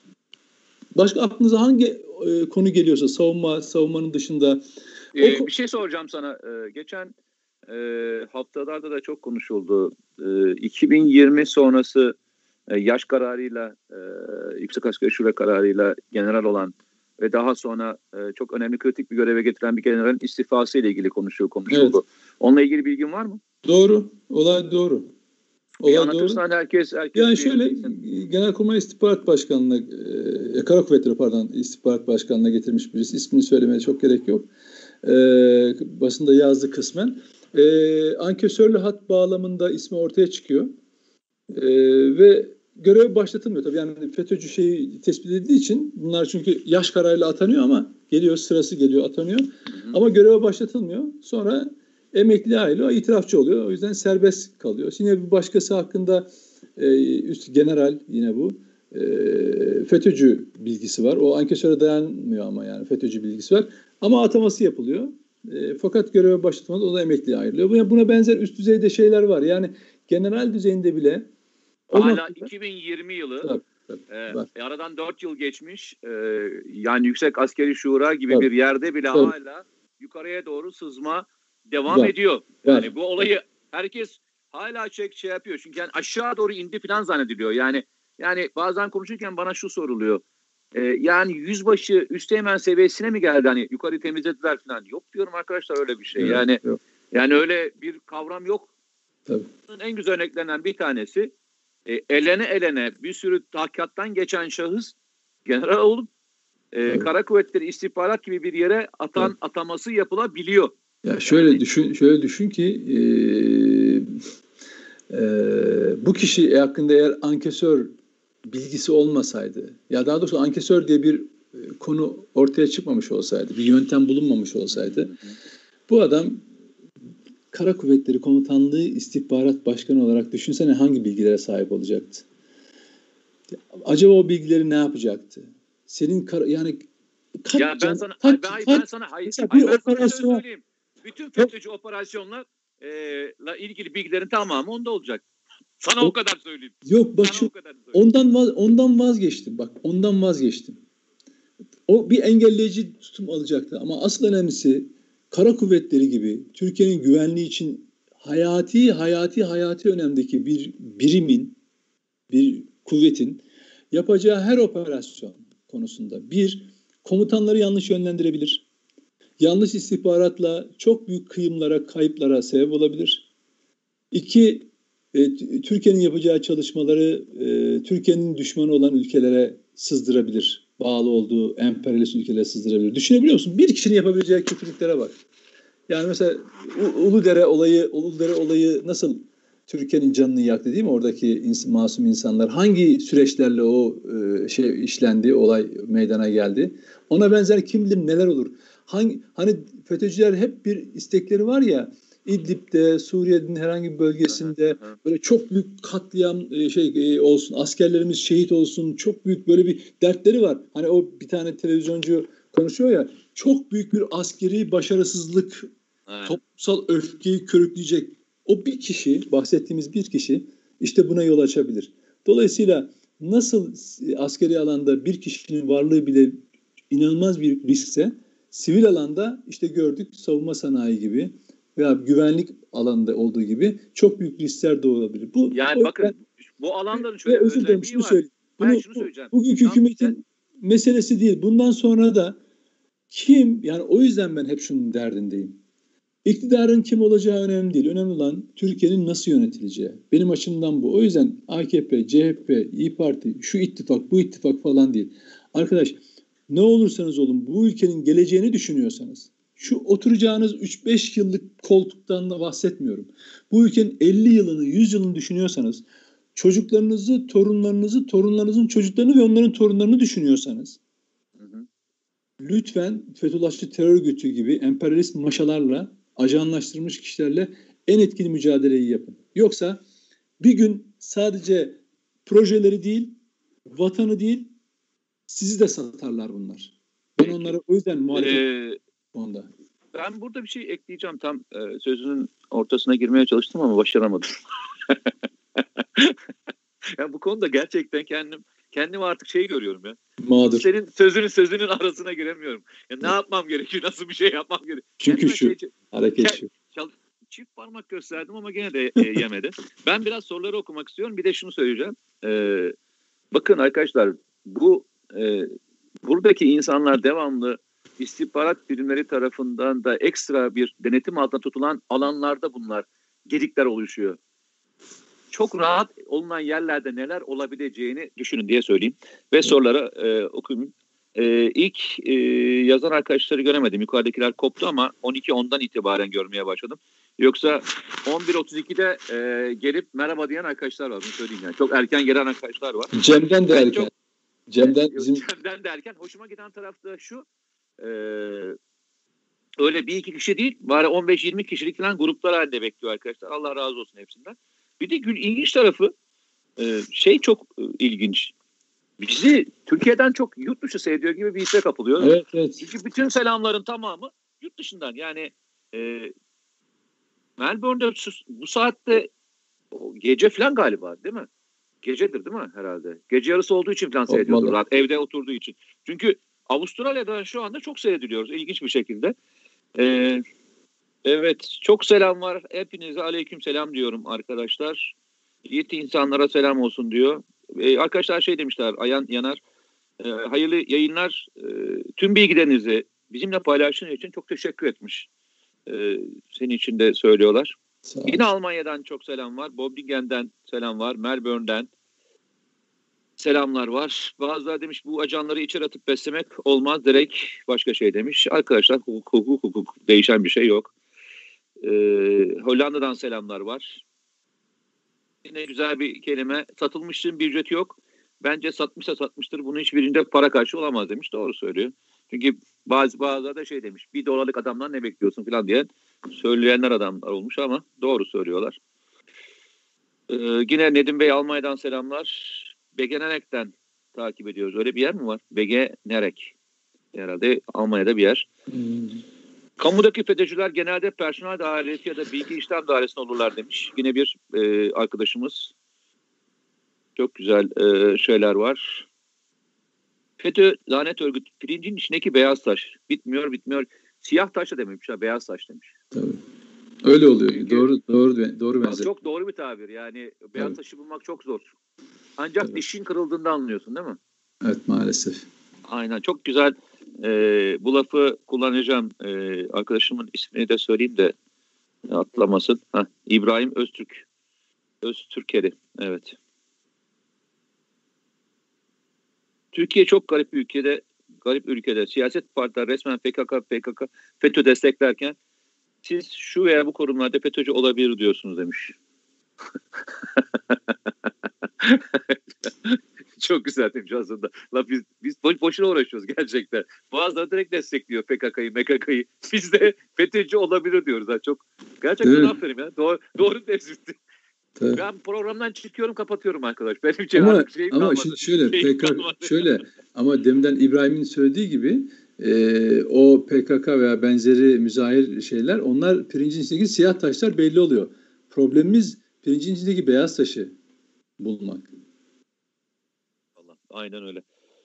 Başka aklınıza hangi konu geliyorsa savunmanın dışında. Bir şey soracağım sana. Geçen haftalarda da çok konuşuldu. 2020 sonrası yaş kararıyla, Yüksek Asgari Şura kararıyla general olan ve daha sonra çok önemli kritik bir göreve getiren bir generalin istifası ile ilgili konuşuldu. Evet. Onunla ilgili bilgin var mı? Doğru. Olay doğru. Bir anlatırsan herkes yani şöyle Genelkurmay İstihbarat Başkanı'na Kara Kuvvetleri İstihbarat Başkanı'na getirmiş birisi. İsmini söylemeye çok gerek yok. Basında yazdı kısmen. Ankesörlü hat bağlamında ismi ortaya çıkıyor. Ve görev başlatılmıyor tabii. Yani FETÖ'cü şeyi tespit edildiği için bunlar çünkü yaş kararıyla atanıyor ama sırası geliyor atanıyor. Ama göreve başlatılmıyor. Sonra emekli ayrılıyor, itirafçı oluyor. O yüzden serbest kalıyor. Yine bir başkası hakkında üst general yine bu FETÖ'cü bilgisi var. O ankesöre dayanmıyor ama yani FETÖ'cü bilgisi var. Ama ataması yapılıyor. Fakat göreve başlatılmadı. O da emekliye ayrılıyor. Buna benzer üst düzeyde şeyler var. Yani general düzeyinde bile hala 2020 yılı aradan 4 yıl geçmiş. Yani Yüksek Askeri Şura gibi bir yerde bile hala yukarıya doğru sızma devam ediyor. Yani bu olayı herkes hala şey yapıyor. Çünkü yani aşağı doğru indi falan zannediliyor. Yani bazen konuşurken bana şu soruluyor. Yani yüzbaşı üsteğmen seviyesine mi geldi? Hani yukarı temizlediler falan. Yok diyorum arkadaşlar öyle bir şey. Yani öyle bir kavram yok. Tabii. En güzel örneklerinden bir tanesi elene bir sürü tahkikattan geçen şahıs general olup Kara Kuvvetleri istihbarat gibi bir yere ataması yapılabiliyor. Ya şöyle düşün ki bu kişi hakkında eğer ankesör bilgisi olmasaydı, ya daha doğrusu ankesör diye bir konu ortaya çıkmamış olsaydı, bir yöntem bulunmamış olsaydı, bu adam Kara Kuvvetleri Komutanlığı İstihbarat Başkanı olarak düşünsene hangi bilgilere sahip olacaktı? Acaba o bilgileri ne yapacaktı? Senin yani ben sana söyleyeyim. Bütün FETÖ'cü operasyonlarla ilgili bilgilerin tamamı onda olacak. Sana o kadar söyleyeyim. Yok bak ondan vazgeçtim. Bak ondan vazgeçtim. O bir engelleyici tutum alacaktı. Ama asıl önemlisi Kara Kuvvetleri gibi Türkiye'nin güvenliği için hayati önemdeki bir birimin, bir kuvvetin yapacağı her operasyon konusunda komutanları yanlış yönlendirebilir. Yanlış istihbaratla çok büyük kayıplara sebep olabilir. 2, Türkiye'nin yapacağı çalışmaları Türkiye'nin düşmanı olan ülkelere sızdırabilir. Bağlı olduğu emperyalist ülkelere sızdırabilir. Düşünebiliyor musun? Bir kişinin yapabileceği kötülüklere bak. Yani mesela Uludere olayı nasıl Türkiye'nin canını yaktı değil mi? Oradaki masum insanlar hangi süreçlerle o işlendi, olay meydana geldi. Ona benzer kim bilir neler olur. Hani FETÖ'cüler hep bir istekleri var ya, İdlib'de, Suriye'nin herhangi bir bölgesinde böyle çok büyük katliam olsun, askerlerimiz şehit olsun, çok büyük böyle bir dertleri var. Hani o bir tane televizyoncu konuşuyor ya, çok büyük bir askeri başarısızlık, toplumsal öfkeyi körükleyecek o bir kişi, bahsettiğimiz bir kişi işte buna yol açabilir. Dolayısıyla nasıl askeri alanda bir kişinin varlığı bile inanılmaz bir riskse, sivil alanda işte gördük savunma sanayi gibi veya güvenlik alanında olduğu gibi çok büyük riskler doğabilir. Bu alanların şöyle özelliği var. Şunu söyleyeceğim. Bugünkü hükümetin meselesi değil. Bundan sonra da yani o yüzden ben hep şunun derdindeyim. İktidarın kim olacağı önemli değil. Önemli olan Türkiye'nin nasıl yönetileceği. Benim açımdan bu. O yüzden AKP, CHP, İYİ Parti, şu ittifak, bu ittifak falan değil. Arkadaş, ne olursanız olun bu ülkenin geleceğini düşünüyorsanız, şu oturacağınız 3-5 yıllık koltuktan da bahsetmiyorum. Bu ülkenin 50 yılını, 100 yılını düşünüyorsanız, çocuklarınızı, torunlarınızı, torunlarınızın çocuklarını ve onların torunlarını düşünüyorsanız, lütfen Fethullahçı terör örgütü gibi emperyalist maşalarla, ajanlaştırılmış kişilerle en etkili mücadeleyi yapın. Yoksa bir gün sadece projeleri değil, vatanı değil, sizi de satarlar bunlar. Ben onlara o yüzden muhalefet onda. Ben burada bir şey ekleyeceğim. Tam sözünün ortasına girmeye çalıştım ama başaramadım. Ya bu konuda gerçekten kendimi artık görüyorum ya. Mağdur. Senin sözünün arasına giremiyorum. Ya ne yapmam gerekiyor? Nasıl bir şey yapmam gerekiyor? Çünkü hareket şu. Çift parmak gösterdim ama gene de yemedi. Ben biraz soruları okumak istiyorum. Bir de şunu söyleyeceğim. Bakın arkadaşlar, buradaki insanlar devamlı istihbarat birimleri tarafından da ekstra bir denetim altında tutulan alanlarda bunlar gedikler oluşuyor. Çok rahat olunan yerlerde neler olabileceğini düşünün diye söyleyeyim. Ve sorulara okuyayım. İlk yazan arkadaşları göremedim. Yukarıdakiler koptu ama 12.10'dan itibaren görmeye başladım. Yoksa 11.32'de gelip merhaba diyen arkadaşlar var. Bunu söyleyeyim yani. Çok erken gelen arkadaşlar var. Cem'den de erken. Cem'den de erken. Hoşuma giden taraf da şu. Öyle bir iki kişi değil. Bari 15-20 kişilik falan gruplar halinde bekliyor arkadaşlar. Allah razı olsun hepsinden. Bir de ilginç tarafı çok ilginç. Bizi Türkiye'den çok yurt dışı seyrediyor gibi bir hisse kapılıyor. Evet. Çünkü bütün selamların tamamı yurt dışından. Yani Melbourne'de bu saatte gece falan galiba değil mi? Gecedir değil mi herhalde? Gece yarısı olduğu için falan seyrediyordur rahat. Evde oturduğu için. Çünkü Avustralya'dan şu anda çok seyrediliyoruz ilginç bir şekilde. Evet, çok selam var. Hepinize aleyküm selam diyorum arkadaşlar. Yiğit insanlara selam olsun diyor. Arkadaşlar demişler, Ayan Yanar. Hayırlı yayınlar. Tüm bilgilerinizi bizimle paylaştığınız için çok teşekkür etmiş. Senin için de söylüyorlar. Yine Almanya'dan çok selam var. Bobdingen'den selam var. Melbourne'den selamlar var. Bazıları demiş bu ajanları içeri atıp beslemek olmaz. Direkt başka şey demiş. Arkadaşlar hukuk değişen bir şey yok. Hollanda'dan selamlar var. Yine güzel bir kelime. Satılmışlığın bir ücreti yok. Bence satmışsa satmıştır. Bunun hiçbirinde para karşı olamaz demiş. Doğru söylüyor. Çünkü bazıları da demiş. $1 adamdan ne bekliyorsun falan diye söyleyenler adamlar olmuş ama doğru söylüyorlar. Yine Nedim Bey Almanya'dan selamlar. Begenerek'ten takip ediyoruz. Öyle bir yer mi var? Begenerek. Herhalde Almanya'da bir yer. Kamudaki FETÖ'cüler genelde personel dairesi ya da bilgi işlem dairesinde olurlar demiş. Yine bir arkadaşımız. Çok güzel şeyler var. FETÖ lanet örgüt. Pirincin içindeki beyaz taş. Bitmiyor. Siyah taş da dememiş. Beyaz taş demiş. Tabii. Öyle oluyor. Çünkü, doğru benzer. Çok doğru bir tabir. Yani beyaz taşı bulmak çok zor. Ancak dişin kırıldığında anlıyorsun değil mi? Evet maalesef. Aynen. Çok güzel. Bu lafı kullanacağım. Arkadaşımın ismini de söyleyeyim de atlamasın. İbrahim Öztürkeri. Evet. Türkiye çok garip ülkede siyaset partiler resmen PKK, FETÖ desteklerken siz şu veya bu kurumlarda FETÖ'cü olabilir diyorsunuz demiş. Çok güzel demiş aslında. Biz boşuna uğraşıyoruz gerçekten. Bazıları direkt destekliyor PKK'yı, MKK'yı. Biz de FETÖ'cü olabilir diyoruz. Çok gerçekten aferin ya. Doğru tespitti. Ben programdan çıkıyorum, kapatıyorum arkadaş. Benim için ama şimdi şöyle ama deminden İbrahim'in söylediği gibi o PKK veya benzeri müzahir şeyler, onlar pirincin içindeki siyah taşlar belli oluyor. Problemimiz pirincin içindeki beyaz taşı bulmak. Aynen öyle.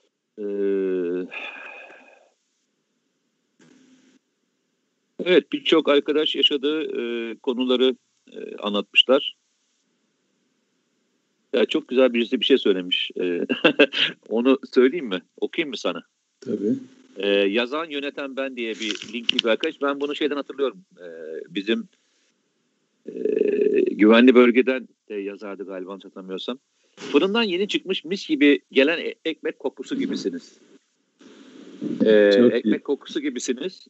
Evet, birçok arkadaş yaşadığı konuları anlatmışlar. Ya çok güzel birisi bir şey söylemiş. Onu söyleyeyim mi? Okuyayım mı sana? Tabii. Yazan yöneten ben diye bir linkli bir arkadaş. Ben bunu hatırlıyorum. Bizim güvenli bölgeden de yazardı galiba, hatırlamıyorsam. Fırından yeni çıkmış mis gibi gelen ekmek kokusu gibisiniz. Ekmek kokusu gibisiniz.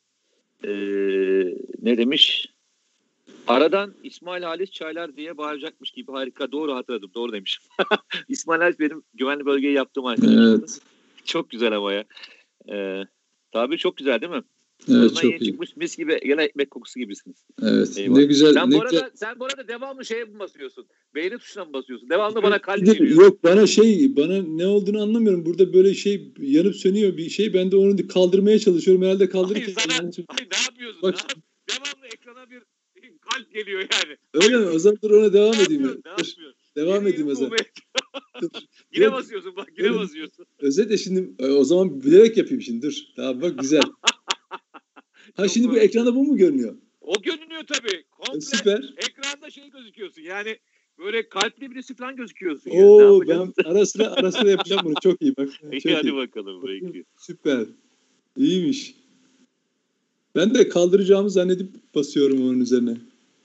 Ne demiş? Aradan İsmail Halis Çaylar diye bağıracakmış gibi, harika, doğru hatırladım, doğru demiş. İsmail Halis benim güvenli bölgeyi yaptığım arkadaşım. Evet. Çok güzel ama ya. Tabii çok güzel değil mi? Evet, çok yeni iyi. çıkmış mis gibi gelen ekmek kokusu gibisiniz. Evet. Eyvallah. Ne güzel. Sen bu arada devamlı şeye mi basıyorsun? Beğeni tuşuna mı basıyorsun? Devamlı bana kalp geliyor. Yok, bana ne olduğunu anlamıyorum. Burada böyle şey yanıp sönüyor bir şey. Ben de onu kaldırmaya çalışıyorum. Herhalde kaldırırken. Ne yapıyorsun? Bak, devamlı ekrana bir kalp geliyor yani. Öyle mi? O zaman dur, ona devam edeyim. Devam edeyim o zaman. Yine basıyorsun bak, yine basıyorsun. Özetle şimdi o zaman bilerek yapayım şimdi, dur. Tamam bak, güzel. Şimdi bu ekranda bu mu görünüyor? O görünüyor tabii. Komple süper. Ekranda şey gözüküyorsun. Yani böyle kalpli birisi falan gözüküyorsun. Oo, ben ara sıra yapacağım bunu. Çok iyi bak. Çok hadi iyi. Bakalım. Peki. Süper. İyiymiş. Ben de kaldıracağımı zannedip basıyorum onun üzerine.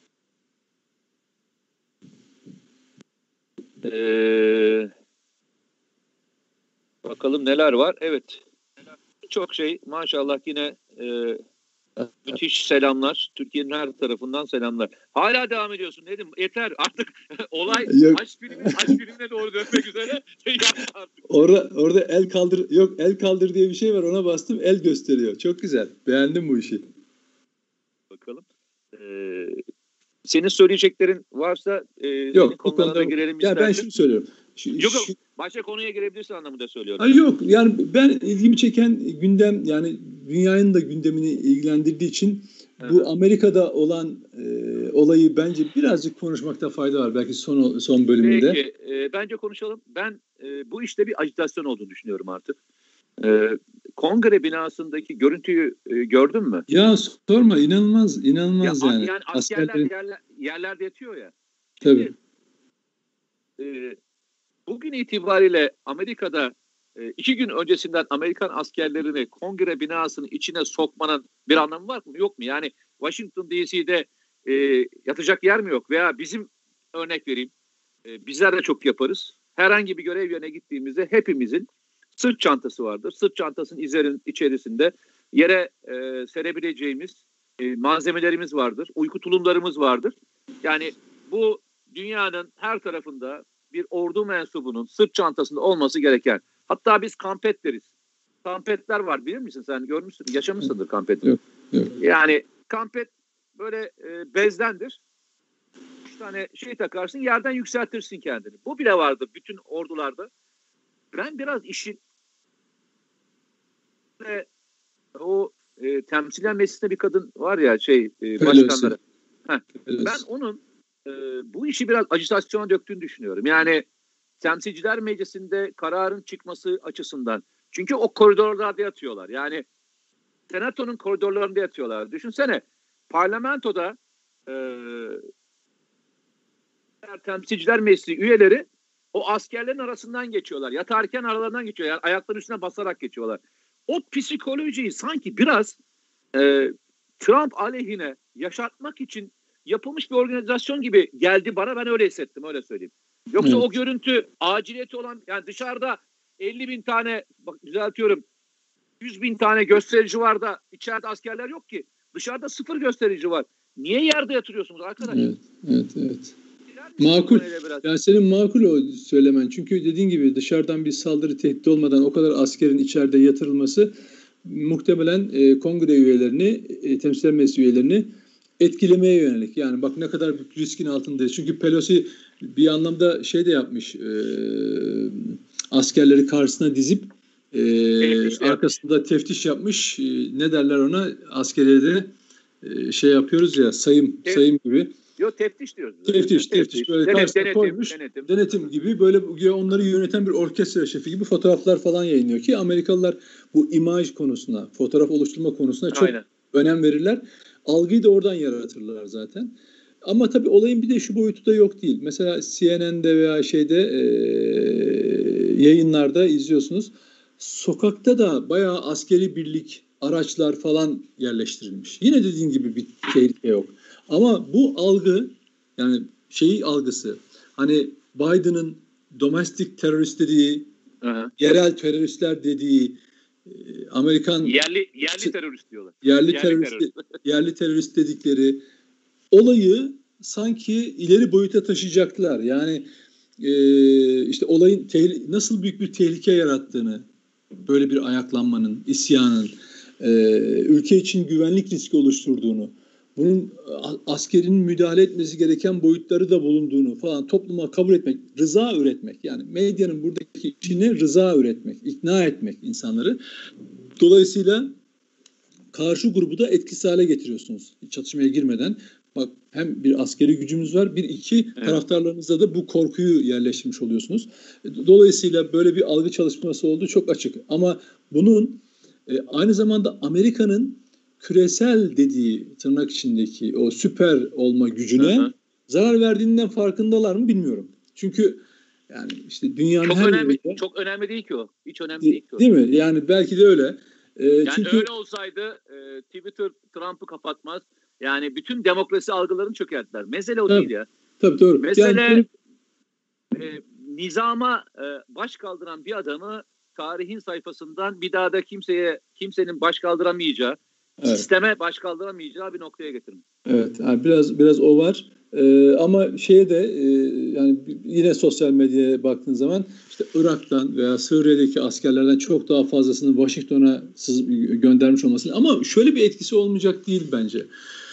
Bakalım neler var. Evet. Çok şey maşallah, yine müthiş selamlar. Türkiye'nin her tarafından selamlar. Hala devam ediyorsun Nedim. Yeter artık. Olay aşk filmine doğru dönmek üzere. Orada el kaldır, yok el kaldır diye bir şey var, ona bastım, el gösteriyor. Çok güzel. Beğendim bu işi. Bakalım. Senin söyleyeceklerin varsa yok, konulara girelim istersen. Ben şunu söylüyorum. Yok. Başka konuya girebilirsin anlamında söylüyorum. Yok, yani ben ilgimi çeken gündem, yani dünyanın da gündemini ilgilendirdiği için bu Amerika'da olan olayı bence birazcık konuşmakta fayda var. Belki son bölümünde. Peki, bence konuşalım. Ben bu işte bir ajitasyon olduğunu düşünüyorum artık. Kongre binasındaki görüntüyü gördün mü? Ya sorma, inanılmaz yani. Yani askerler yerlerde yatıyor ya. Tabii. Bugün itibariyle Amerika'da 2 gün öncesinden Amerikan askerlerini kongre binasının içine sokmanın bir anlamı var mı? Yok mu? Yani Washington DC'de yatacak yer mi yok? Veya bizim, örnek vereyim, bizler de çok yaparız. Herhangi bir görev yerine gittiğimizde hepimizin sırt çantası vardır. Sırt çantasının içerisinde yere serebileceğimiz malzemelerimiz vardır. Uyku tulumlarımız vardır. Yani bu dünyanın her tarafında bir ordu mensubunun sırt çantasında olması gereken. Hatta biz kampet deriz. Kampetler var, bilir misin? Sen görmüşsün, yaşamışsındır kampeti. Yok. Yani kampet böyle bezdendir. 3 tane şey takarsın, yerden yükseltirsin kendini. Bu bile vardır bütün ordularda. Ben biraz işin o temsilen meclisinde bir kadın var ya, başkanları. Ben onun bu işi biraz ajitasyona döktüğünü düşünüyorum. Yani Temsilciler Meclisi'nde kararın çıkması açısından. Çünkü o koridorlarda yatıyorlar. Yani Senato'nun koridorlarında yatıyorlar. Düşünsene, parlamentoda Temsilciler Meclisi üyeleri o askerlerin arasından geçiyorlar. Yatarken aralarından geçiyorlar. Yani ayaklarının üstüne basarak geçiyorlar. O psikolojiyi sanki biraz Trump aleyhine yaşatmak için yapılmış bir organizasyon gibi geldi bana. Ben öyle hissettim, öyle söyleyeyim. Yoksa o görüntü aciliyeti olan, yani dışarıda 50.000 tane, bak düzeltiyorum, 100.000 tane gösterici var da içeride askerler yok ki. Dışarıda 0 gösterici var. Niye yerde yatırıyorsunuz arkadaş? Evet. Makul. Yani senin makul o söylemen. Çünkü dediğin gibi dışarıdan bir saldırı tehdit olmadan o kadar askerin içeride yatırılması muhtemelen kongre üyelerini, temsilciler meclisi üyelerini etkilemeye yönelik. Yani bak ne kadar büyük riskin altındayız. Çünkü Pelosi bir anlamda şey de yapmış, askerleri karşısına dizip arkasında teftiş yapmış. Ne derler ona? Askeriye de şey yapıyoruz ya, sayım gibi. Yok, teftiş diyoruz. Teftiş. Böyle karşısına koymuş. Denetim gibi, böyle onları yöneten bir orkestra şefi gibi fotoğraflar falan yayınlıyor ki Amerikalılar bu imaj konusuna, fotoğraf oluşturma konusuna çok önem verirler. Algıyı da oradan yaratırlar zaten. Ama tabii olayın bir de şu boyutu da yok değil. Mesela CNN'de veya yayınlarda izliyorsunuz. Sokakta da bayağı askeri birlik, araçlar falan yerleştirilmiş. Yine dediğin gibi bir tehlike yok. Ama bu algı, yani algısı, hani Biden'ın domestik terörist dediği, yerel teröristler dediği, Amerikan yerli terörist diyorlar. Yerli terörist dedikleri olayı sanki ileri boyuta taşıyacaklar. Yani işte olayın nasıl büyük bir tehlike yarattığını, böyle bir ayaklanmanın, isyanın, ülke için güvenlik riski oluşturduğunu, bunun askerin müdahale etmesi gereken boyutları da bulunduğunu falan topluma kabul etmek, rıza üretmek. Yani medyanın buradaki işini rıza üretmek, ikna etmek insanları. Dolayısıyla karşı grubu da etkisiz hale getiriyorsunuz çatışmaya girmeden. Bak hem bir askeri gücümüz var, iki taraftarlarınızda da bu korkuyu yerleştirmiş oluyorsunuz. Dolayısıyla böyle bir algı çalışması olduğu çok açık. Ama bunun aynı zamanda Amerika'nın küresel dediği tırnak içindeki o süper olma gücüne zarar verdiğinden farkındalar mı bilmiyorum. Çünkü yani işte dünyanın çok her önemli, yerinde, çok önemli değil ki o. Hiç önemli değil ki o. Değil mi? Yani belki de öyle. Yani çünkü öyle olsaydı Twitter Trump'ı kapatmaz. Yani bütün demokrasi algılarını çökerttiler. Mesele o değil ya. Tabii doğru. Mesele yani, nizama baş kaldıran bir adamı tarihin sayfasından bir daha da kimsenin baş kaldıramayacağı, sisteme baş kaldıramayacağı bir noktaya getirmiş. Evet, yani biraz o var. Ama yani yine sosyal medyaya baktığın zaman işte Irak'tan veya Suriye'deki askerlerden çok daha fazlasını Washington'a göndermiş olması. Ama şöyle bir etkisi olmayacak değil bence.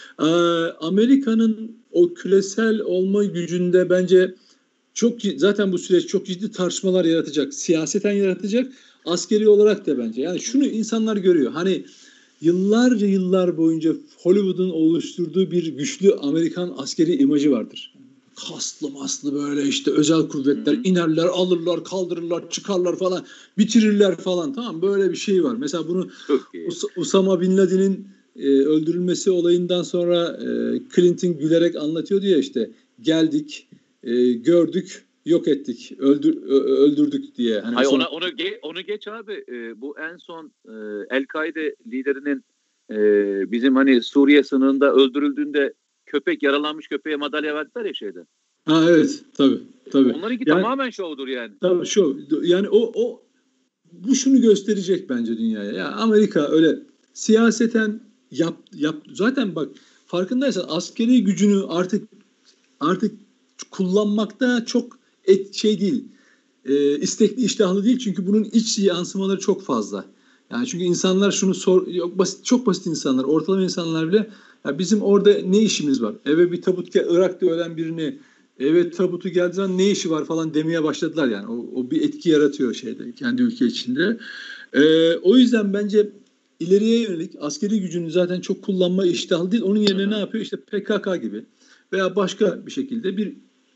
Amerika'nın o küresel olma gücünde bence zaten bu süreç çok ciddi tartışmalar yaratacak. Siyaseten yaratacak, askeri olarak da bence. Yani şunu insanlar görüyor. Hani yıllar boyunca Hollywood'un oluşturduğu bir güçlü Amerikan askeri imajı vardır. Kaslı maslı böyle işte özel kuvvetler inerler, alırlar, kaldırırlar, çıkarlar falan, bitirirler falan. Tamam, böyle bir şey var. Mesela bunu Usama Bin Laden'in öldürülmesi olayından sonra Clinton gülerek anlatıyordu ya, işte geldik, gördük, yok ettik, öldürdük diye. Hani hayır, onu geç abi. Bu en son El-Kaide liderinin bizim hani Suriye sınırında öldürüldüğünde yaralanmış köpeğe madalya verdiler ya şeyde. Ha evet, tabii. Onlarınki tamamen şovdur yani. Tabii şov. Yani bu şunu gösterecek bence dünyaya. Ya Amerika öyle siyaseten zaten bak, farkındaysan askeri gücünü artık kullanmakta çok değil. İstekli, iştahlı değil, çünkü bunun iç yansımaları çok fazla. Yani çünkü insanlar şunu çok basit insanlar, ortalama insanlar bile, ya bizim orada ne işimiz var? Eve bir tabut Irak'ta ölen birini, eve tabutu geldiği zaman ne işi var falan demeye başladılar yani. O bir etki yaratıyor kendi ülke içinde. O yüzden bence ileriye yönelik askeri gücünü zaten çok kullanma iştahlı değil. Onun yerine ne yapıyor? İşte PKK gibi veya başka bir şekilde bir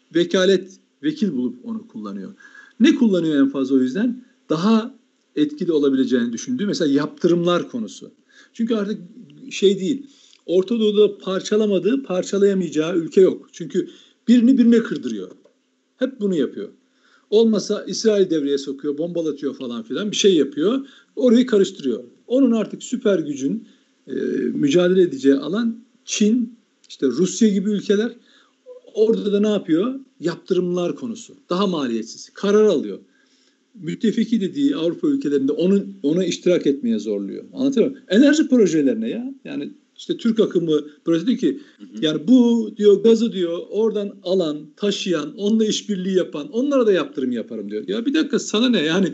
vekil bulup onu kullanıyor. Ne kullanıyor en fazla o yüzden? Daha etkili olabileceğini düşündüğü mesela yaptırımlar konusu. Çünkü artık değil, Orta Doğu'da parçalayamayacağı ülke yok. Çünkü birini birine kırdırıyor. Hep bunu yapıyor. Olmasa İsrail devreye sokuyor, bombalatıyor falan filan, bir şey yapıyor. Orayı karıştırıyor. Onun artık süper gücün mücadele edeceği alan Çin, işte Rusya gibi ülkeler. Orada da ne yapıyor? Yaptırımlar konusu. Daha maliyetsiz. Karar alıyor. Müttefiki dediği Avrupa ülkelerinde ona iştirak etmeye zorluyor. Anlatıyor muyum? Enerji projelerine ya. Yani işte Türk akımı projesi diyor ki, yani bu diyor gazı diyor oradan alan, taşıyan, onunla işbirliği yapan, onlara da yaptırım yaparım diyor. Ya bir dakika, sana ne? Yani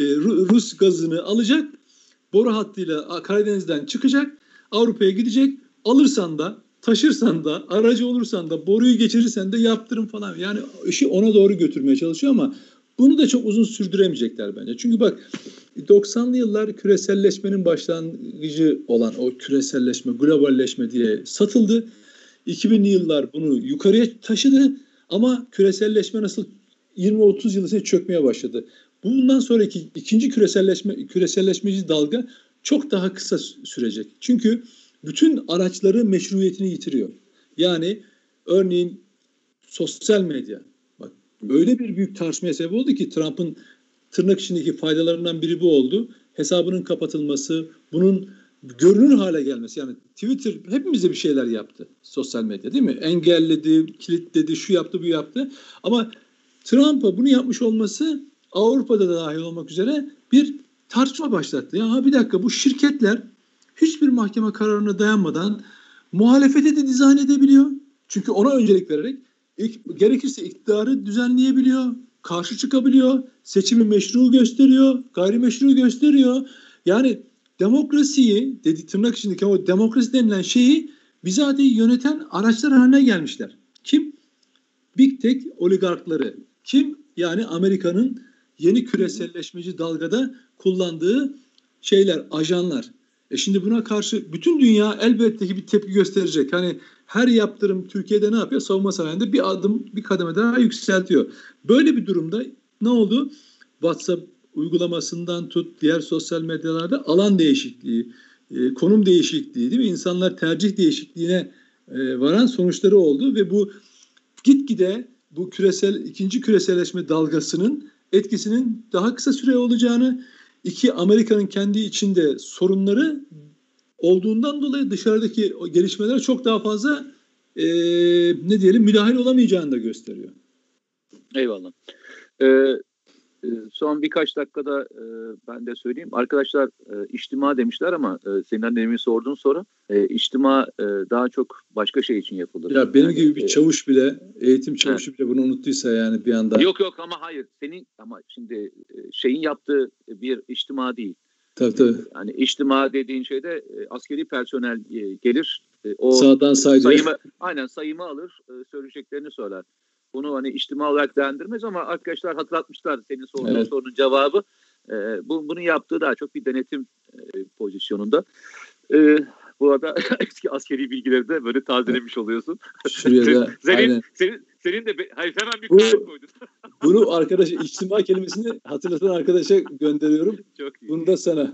Rus gazını alacak, boru hattıyla Karadeniz'den çıkacak, Avrupa'ya gidecek. Alırsan da, taşırsan da, aracı olursan da, boruyu geçirirsen de yaptırım falan. Yani işi ona doğru götürmeye çalışıyor ama bunu da çok uzun sürdüremeyecekler bence. Çünkü bak, 90'lı yıllar küreselleşmenin başlangıcı olan o küreselleşme, globalleşme diye satıldı. 2000'li yıllar bunu yukarıya taşıdı ama küreselleşme nasıl 20-30 yıl içinde çökmeye başladı. Bundan sonraki ikinci küreselleşmeci dalga çok daha kısa sürecek. Çünkü bütün araçları meşruiyetini yitiriyor. Yani örneğin sosyal medya. Bak, öyle bir büyük tartışmaya sebep oldu ki Trump'ın tırnak içindeki faydalarından biri bu oldu. Hesabının kapatılması, bunun görünür hale gelmesi. Yani Twitter hepimize bir şeyler yaptı, sosyal medya, değil mi? Engelledi, kilitledi, şu yaptı, bu yaptı. Ama Trump'a bunu yapmış olması Avrupa'da da dahil olmak üzere bir tartışma başlattı. Ya bir dakika, bu şirketler hiçbir mahkeme kararına dayanmadan muhalefete de dizayn edebiliyor. Çünkü ona öncelik vererek gerekirse iktidarı düzenleyebiliyor, karşı çıkabiliyor, seçimi meşru gösteriyor, gayrimeşru gösteriyor. Yani demokrasiyi tırnak içindeki o demokrasi denilen şeyi bizatihi yöneten araçlar haline gelmişler. Kim? Big Tech oligarkları. Kim? Yani Amerika'nın yeni küreselleşmeci dalgada kullandığı şeyler, ajanlar. Şimdi buna karşı bütün dünya elbette ki bir tepki gösterecek. Hani her yaptırım Türkiye'de ne yapıyor? Savunma sanayinde bir kademe daha yükseltiyor. Böyle bir durumda ne oldu? WhatsApp uygulamasından tut, diğer sosyal medyalarda alan değişikliği, konum değişikliği, değil mi? İnsanlar tercih değişikliğine varan sonuçları oldu ve bu gitgide bu ikinci küreselleşme dalgasının etkisinin daha kısa süre olacağını, Amerika'nın kendi içinde sorunları olduğundan dolayı dışarıdaki gelişmelere çok daha fazla müdahil olamayacağını da gösteriyor. Eyvallah. Son birkaç dakikada ben de söyleyeyim. Arkadaşlar içtima demişler ama senin demin sorduğun soru içtima daha çok başka şey için yapılır. Ya benim gibi bir çavuş bile, eğitim çavuşu bile bunu unuttuysa yani bir anda. Yok ama hayır. Senin ama şimdi şeyin yaptığı bir içtima değil. Tabii. Yani içtima dediğin şeyde askeri personel gelir. O sağdan sayımı alır, söyleyeceklerini söyler. Bunu hani içtima olarak değerlendirmez ama arkadaşlar hatırlatmışlar senin sorduğun sorunun cevabı. Bunu yaptığı daha çok bir denetim pozisyonunda. Bu arada eski askeri bilgileri de böyle tazelemiş oluyorsun. Senin de hemen bir karar koydun. Bunu arkadaşa içtima kelimesini hatırlatan arkadaşa gönderiyorum. Çok iyi. Bunu da sana.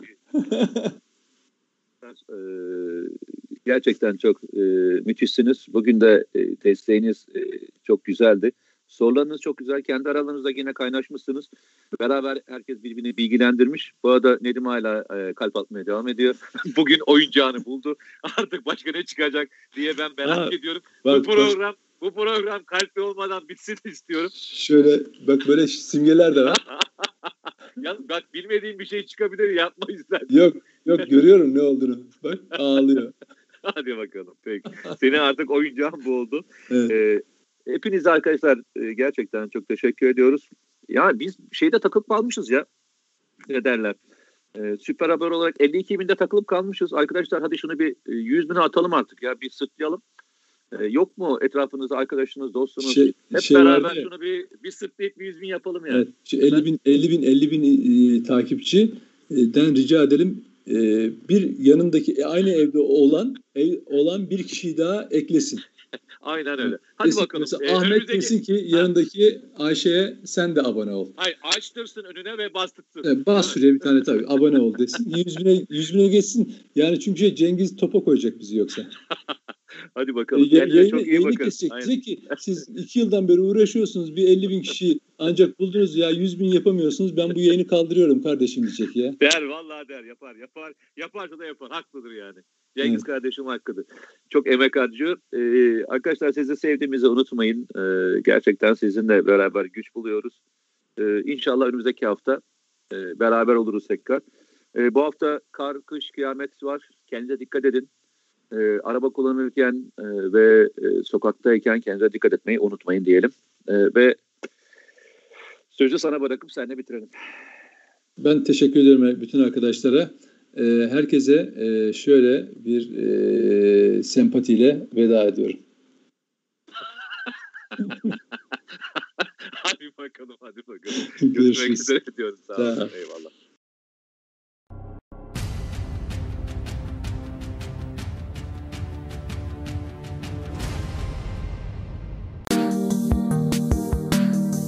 Gerçekten çok müthişsiniz. Bugün de desteğiniz çok güzeldi. Sorularınız çok güzel. Kendi aralarınızda yine kaynaşmışsınız. Beraber herkes birbirini bilgilendirmiş. Bu arada Nedim hala kalp atmaya devam ediyor. Bugün oyuncağını buldu. Artık başka ne çıkacak diye ben merak ediyorum. Bu program kalpli olmadan bitsin istiyorum. Şöyle bak böyle simgeler de var. Yalnız bak bilmediğim bir şey çıkabilir, yapma ister. Yok görüyorum ne olduğunu. Bak ağlıyor. Hadi bakalım. Peki. Senin artık oyuncağın bu oldu. Evet. Hepinize arkadaşlar gerçekten çok teşekkür ediyoruz. Ya biz şeyde takılıp kalmışız ya. Ne derler? Süper haber olarak 52.000'de takılıp kalmışız. Arkadaşlar hadi şunu bir 100.000'e atalım artık ya. Bir sırtlayalım. Yok mu etrafınızda arkadaşınız, dostunuz? Hep beraber şunu bir sırtlayıp bir 100.000 yapalım yani. Evet, 50 bin takipçiden rica edelim. Bir yanındaki aynı evde olan bir kişiyi daha eklesin. Aynen öyle. Hadi bakalım. Mesela Ahmet desin ki yanındaki Ayşe'ye sen de abone ol. Hayır, açtırsın önüne ve bastırsın. Bas şuraya bir tane tabii abone ol desin. 100.000'e geçsin. Yani çünkü Cengiz topa koyacak bizi yoksa. Hadi bakalım. Yayını kesecek. Diyecek ki siz 2 yıldan beri uğraşıyorsunuz. Bir 50.000 kişi ancak buldunuz ya 100.000 yapamıyorsunuz. Ben bu yayını kaldırıyorum kardeşim diyecek ya. Vallahi yapar. Yaparsa da yapar. Haklıdır yani. Cengiz kardeşim hakkıdır. Çok emek harcıyor. Arkadaşlar sizi sevdiğimizi unutmayın. Gerçekten sizinle beraber güç buluyoruz. İnşallah önümüzdeki hafta beraber oluruz tekrar. Bu hafta kar, kış, kıyamet var. Kendinize dikkat edin. Araba kullanırken ve sokaktayken kendinize dikkat etmeyi unutmayın diyelim. Ve sözü sana bırakıp seninle bitirelim. Ben teşekkür ederim bütün arkadaşlara. Herkese şöyle bir sempatiyle veda ediyorum. Hadi bakalım. Görüşmek üzere diyoruz. Sağ olun. Eyvallah.